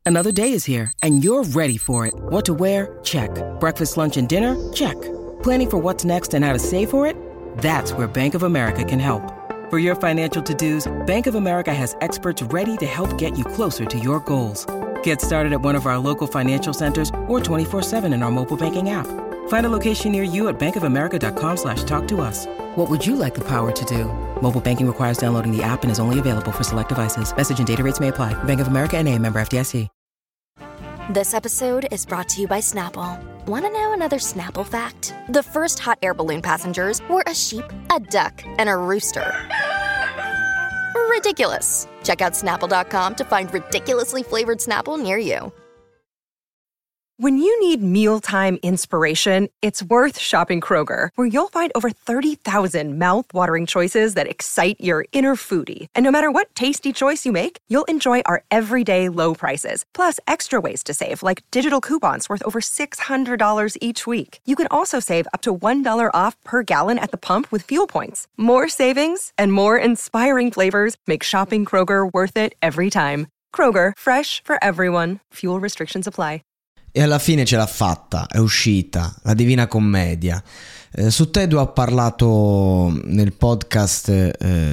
Another day is here, and you're ready for it. What to wear? Check. Breakfast, lunch, and dinner? Check. Planning for what's next and how to save for it? That's where Bank of America can help. For your financial to-dos, Bank of America has experts ready to help get you closer to your goals. Get started at one of our local financial centers or 24/7 in our mobile banking app. Find a location near you at bankofamerica.com/talktous. What would you like the power to do? Mobile banking requires downloading the app and is only available for select devices. Message and data rates may apply. Bank of America NA, member FDIC. This episode is brought to you by Snapple. Want to know another Snapple fact? The first hot air balloon passengers were a sheep, a duck, and a rooster. Ridiculous. Check out Snapple.com to find ridiculously flavored Snapple near you. When you need mealtime inspiration, it's worth shopping Kroger, where you'll find over 30,000 mouth-watering choices that excite your inner foodie. And no matter what tasty choice you make, you'll enjoy our everyday low prices, plus extra ways to save, like digital coupons worth over $600 each week. You can also save up to $1 off per gallon at the pump with fuel points. More savings and more inspiring flavors make shopping Kroger worth it every time. Kroger, fresh for everyone. Fuel restrictions apply. E alla fine ce l'ha fatta, è uscita, la Divina Commedia. Su Tedua ho parlato nel podcast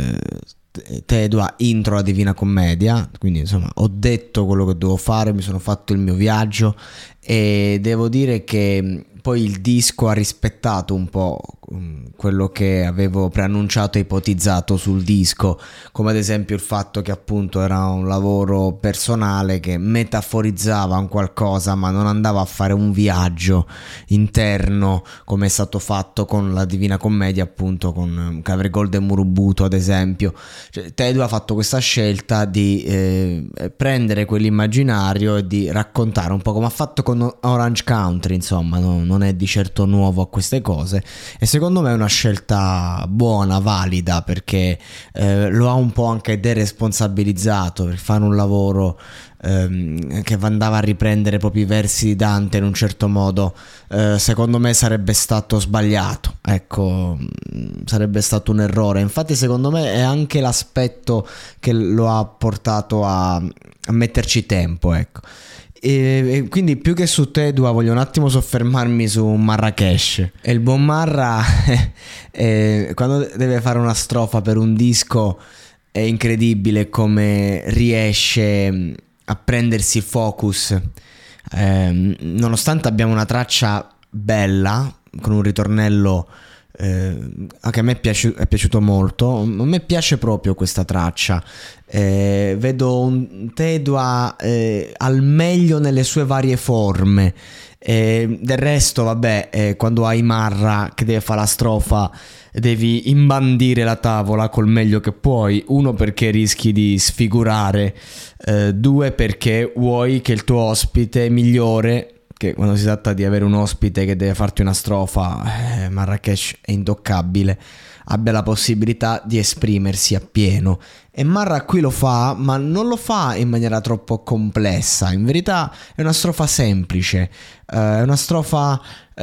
Tedua intro la Divina Commedia, quindi insomma ho detto quello che dovevo fare, mi sono fatto il mio viaggio e devo dire che poi il disco ha rispettato un po' quello che avevo preannunciato e ipotizzato sul disco, come ad esempio il fatto che appunto era un lavoro personale che metaforizzava un qualcosa ma non andava a fare un viaggio interno come è stato fatto con la Divina Commedia, appunto con Cavre Gold e Murubuto ad esempio. Cioè, Tedua ha fatto questa scelta di prendere quell'immaginario e di raccontare un po' come ha fatto con Orange Country, insomma non è di certo nuovo a queste cose e secondo me è una scelta buona, valida, perché lo ha un po' anche deresponsabilizzato per fare un lavoro che andava a riprendere proprio i versi di Dante in un certo modo. Secondo me sarebbe stato sbagliato, ecco, sarebbe stato un errore. Infatti secondo me è anche l'aspetto che lo ha portato a metterci tempo, ecco. E quindi più che su Tedua voglio un attimo soffermarmi su Marrakesh. E il buon Marra quando deve fare una strofa per un disco è incredibile come riesce a prendersi il focus, nonostante abbiamo una traccia bella con un ritornello che a me è piaciuto molto. A me piace proprio questa traccia. Vedo un Tedua al meglio nelle sue varie forme. Del resto vabbè, quando hai Marra che deve fare la strofa devi imbandire la tavola col meglio che puoi. Uno, perché rischi di sfigurare, due, perché vuoi che il tuo ospite migliore, che quando si tratta di avere un ospite che deve farti una strofa, Marrakesh è intoccabile, abbia la possibilità di esprimersi appieno. E Marra qui lo fa, ma non lo fa in maniera troppo complessa. In verità è una strofa semplice, è una strofa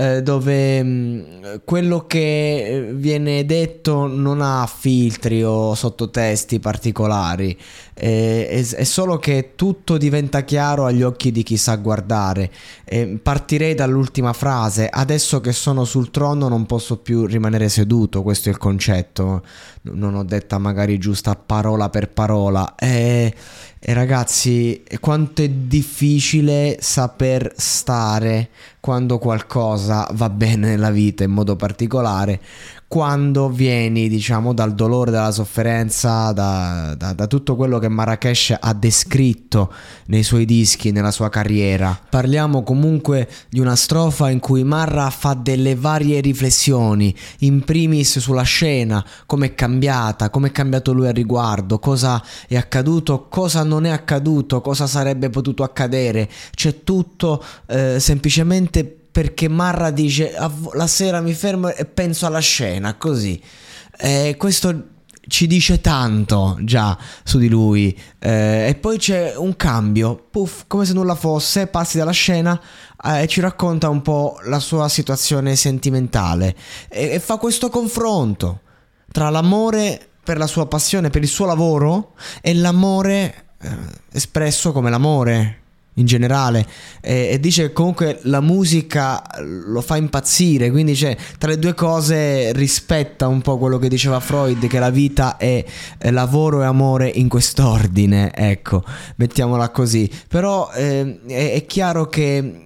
dove quello che viene detto non ha filtri o sottotesti particolari, è solo che tutto diventa chiaro agli occhi di chi sa guardare. Partirei dall'ultima frase: adesso che sono sul trono non posso più rimanere seduto. Questo è il concetto, non ho detta magari giusta parola per parola. E ragazzi, quanto è difficile saper stare quando qualcosa va bene nella vita, in modo particolare quando vieni, diciamo, dal dolore, dalla sofferenza, da tutto quello che Marrakesh ha descritto nei suoi dischi, nella sua carriera. Parliamo comunque di una strofa in cui Marra fa delle varie riflessioni, in primis sulla scena, come è cambiata, come è cambiato lui al riguardo, cosa è accaduto, cosa non è accaduto, cosa sarebbe potuto accadere. C'è tutto semplicemente perché Marra dice: la sera mi fermo e penso alla scena, così. Questo ci dice tanto già su di lui. E poi c'è un cambio, puff, come se nulla fosse, passi dalla scena e ci racconta un po' la sua situazione sentimentale e fa questo confronto tra l'amore per la sua passione, per il suo lavoro, e l'amore espresso come l'amore in generale, e dice che comunque la musica lo fa impazzire, quindi tra le due cose rispetta un po' quello che diceva Freud, che la vita è lavoro e amore in quest'ordine, ecco, mettiamola così. Però è chiaro che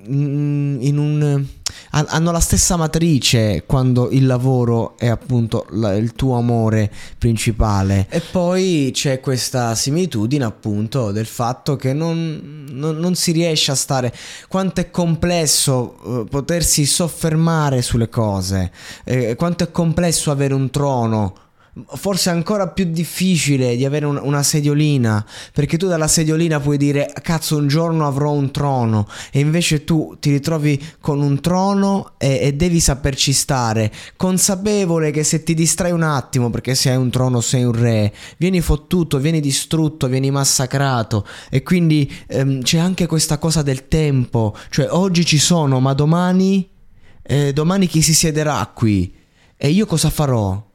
hanno la stessa matrice quando il lavoro è appunto il tuo amore principale. E poi c'è questa similitudine appunto del fatto che non si riesce a stare, quanto è complesso potersi soffermare sulle cose, quanto è complesso avere un trono. Forse è ancora più difficile di avere una sediolina, perché tu dalla sediolina puoi dire cazzo un giorno avrò un trono, e invece tu ti ritrovi con un trono e devi saperci stare, consapevole che se ti distrai un attimo, perché se hai un trono sei un re, vieni fottuto, vieni distrutto, vieni massacrato. E quindi c'è anche questa cosa del tempo, cioè oggi ci sono, ma domani chi si siederà qui? E io cosa farò?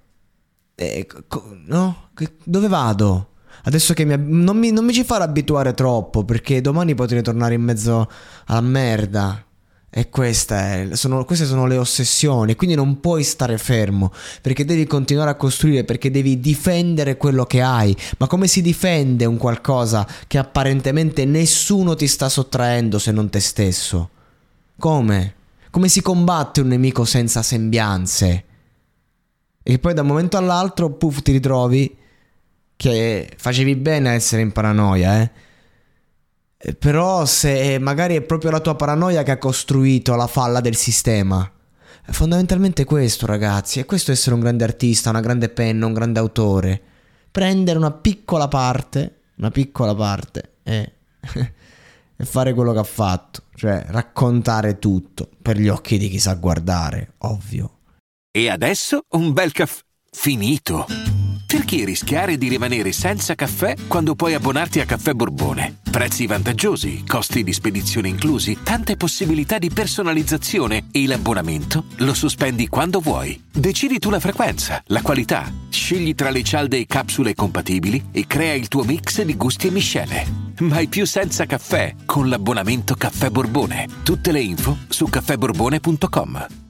No? Dove vado? Adesso che non mi ci fare abituare troppo, perché domani potrei tornare in mezzo alla merda. E queste sono le ossessioni. Quindi non puoi stare fermo, perché devi continuare a costruire, perché devi difendere quello che hai. Ma come si difende un qualcosa che apparentemente nessuno ti sta sottraendo se non te stesso? Come? Come si combatte un nemico senza sembianze? E poi da un momento all'altro, puff, ti ritrovi che facevi bene a essere in paranoia, però se magari è proprio la tua paranoia che ha costruito la falla del sistema. È fondamentalmente questo, ragazzi, e questo è essere un grande artista, una grande penna, un grande autore. Prendere una piccola parte e fare quello che ha fatto, cioè raccontare tutto per gli occhi di chi sa guardare, ovvio. E adesso un bel caffè finito. Perché rischiare di rimanere senza caffè quando puoi abbonarti a Caffè Borbone? Prezzi vantaggiosi, costi di spedizione inclusi, tante possibilità di personalizzazione e l'abbonamento lo sospendi quando vuoi. Decidi tu la frequenza, la qualità, scegli tra le cialde e capsule compatibili e crea il tuo mix di gusti e miscele. Mai più senza caffè con l'abbonamento Caffè Borbone. Tutte le info su caffèborbone.com.